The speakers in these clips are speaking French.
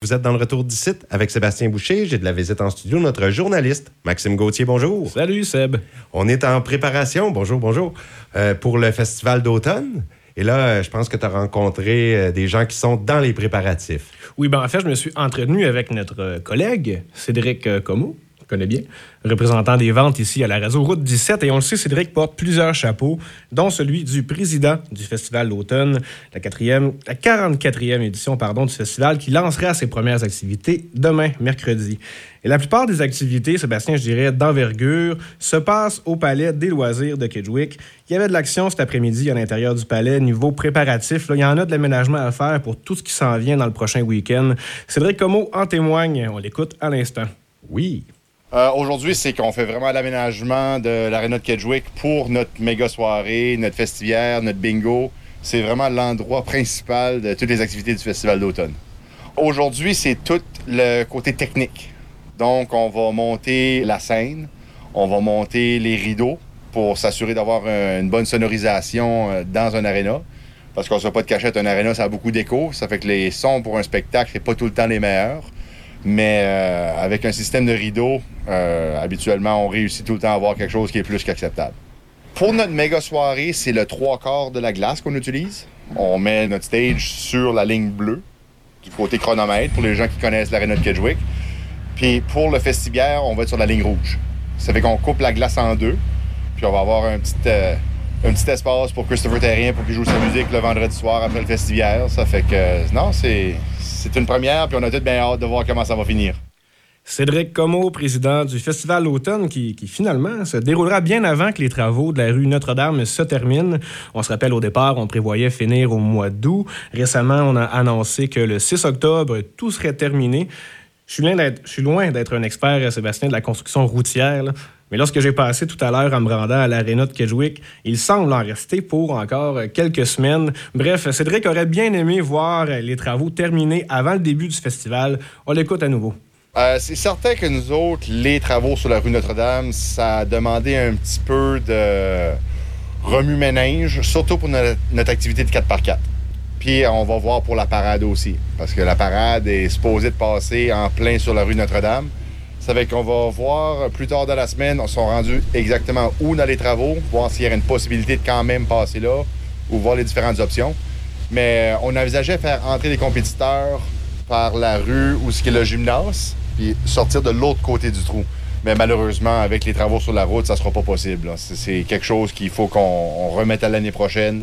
Vous êtes dans le retour d'ici avec Sébastien Boucher. J'ai de la visite en studio, notre journaliste, Maxime Gauthier. Bonjour. Salut, Seb. On est en préparation, bonjour, pour le festival d'automne. Et là, je pense que tu as rencontré des gens qui sont dans les préparatifs. Oui, en fait, je me suis entretenu avec notre collègue, Cédric Comeau, que je connais bien, représentant des ventes ici à la radio Route 17. Et on le sait, Cédric porte plusieurs chapeaux, dont celui du président du festival d'automne, la 44e édition du festival, qui lancera ses premières activités demain, mercredi. Et la plupart des activités, Sébastien, je dirais, d'envergure, se passent au Palais des loisirs de Kedgewick. Il y avait de l'action cet après-midi à l'intérieur du palais, niveau préparatif. Là, il y en a de l'aménagement à faire pour tout ce qui s'en vient dans le prochain week-end. Cédric Comeau en témoigne. On l'écoute à l'instant. Oui. Aujourd'hui, c'est qu'on fait vraiment l'aménagement de l'aréna de Kedgewick pour notre méga soirée, notre festivière, notre bingo. C'est vraiment l'endroit principal de toutes les activités du festival d'automne. Aujourd'hui, c'est tout le côté technique. Donc, on va monter la scène, on va monter les rideaux pour s'assurer d'avoir une bonne sonorisation dans un aréna. Parce qu'on ne se fait pas de cachette, un aréna, ça a beaucoup d'écho. Ça fait que les sons pour un spectacle, c'est pas tout le temps les meilleurs. Mais avec un système de rideaux, habituellement, on réussit tout le temps à avoir quelque chose qui est plus qu'acceptable. Pour notre méga soirée, c'est le 3/4 de la glace qu'on utilise. On met notre stage sur la ligne bleue, du côté chronomètre, pour les gens qui connaissent l'aréna de Kedgewick. Puis pour le festivière, on va être sur la ligne rouge. Ça fait qu'on coupe la glace en deux, puis on va avoir un petit espace pour Christopher Terrien pour qu'il joue sa musique le vendredi soir après le festivière. Ça fait que, non, c'est une première, puis on a tout bien hâte de voir comment ça va finir. Cédric Comeau, président du Festival d'automne, qui finalement se déroulera bien avant que les travaux de la rue Notre-Dame se terminent. On se rappelle, au départ, on prévoyait finir au mois d'août. Récemment, on a annoncé que le 6 octobre, tout serait terminé. Je suis loin d'être un expert, Sébastien, de la construction routière, là. Mais lorsque j'ai passé tout à l'heure en me rendant à l'aréna de Kedgewick, il semble en rester pour encore quelques semaines. Bref, Cédric aurait bien aimé voir les travaux terminés avant le début du festival. On l'écoute à nouveau. C'est certain que nous autres, les travaux sur la rue Notre-Dame, ça a demandé un petit peu de remue-ménage, surtout pour notre activité de 4x4. Puis on va voir pour la parade aussi, parce que la parade est supposée de passer en plein sur la rue Notre-Dame. Ça fait qu'on va voir plus tard dans la semaine, on s'est rendus exactement où dans les travaux, voir s'il y aurait une possibilité de quand même passer là, ou voir les différentes options. Mais on envisageait faire entrer les compétiteurs par la rue où ce qui est le gymnase, puis sortir de l'autre côté du trou. Mais malheureusement, avec les travaux sur la route, ça sera pas possible. C'est quelque chose qu'il faut qu'on remette à l'année prochaine.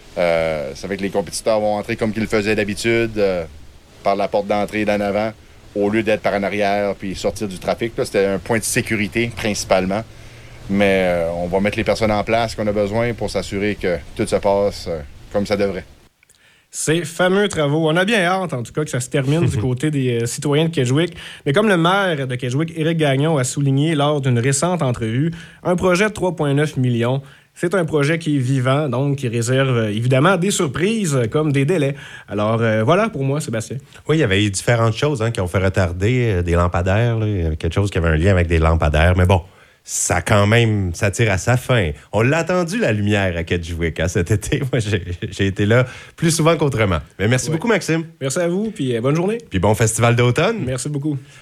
Ça fait que les compétiteurs vont entrer comme qu'ils le faisaient d'habitude, par la porte d'entrée d'en avant, au lieu d'être par en arrière puis sortir du trafic. Là, c'était un point de sécurité principalement. Mais on va mettre les personnes en place qu'on a besoin pour s'assurer que tout se passe comme ça devrait. Ces fameux travaux. On a bien hâte, en tout cas, que ça se termine du côté des citoyens de Kedgewick. Mais comme le maire de Kedgewick, Éric Gagnon, a souligné lors d'une récente entrevue, un projet de 3,9 millions, c'est un projet qui est vivant, donc qui réserve évidemment des surprises comme des délais. Alors voilà pour moi, Sébastien. Oui, il y avait eu différentes choses qui ont fait retarder des lampadaires. Là. Il y avait quelque chose qui avait un lien avec des lampadaires. Mais bon, ça tire à sa fin. On l'a attendu, la lumière à Kedgewick cet été. Moi, j'ai été là plus souvent qu'autrement. Mais merci beaucoup, Maxime. Merci à vous, puis bonne journée. Puis bon festival d'automne. Merci beaucoup.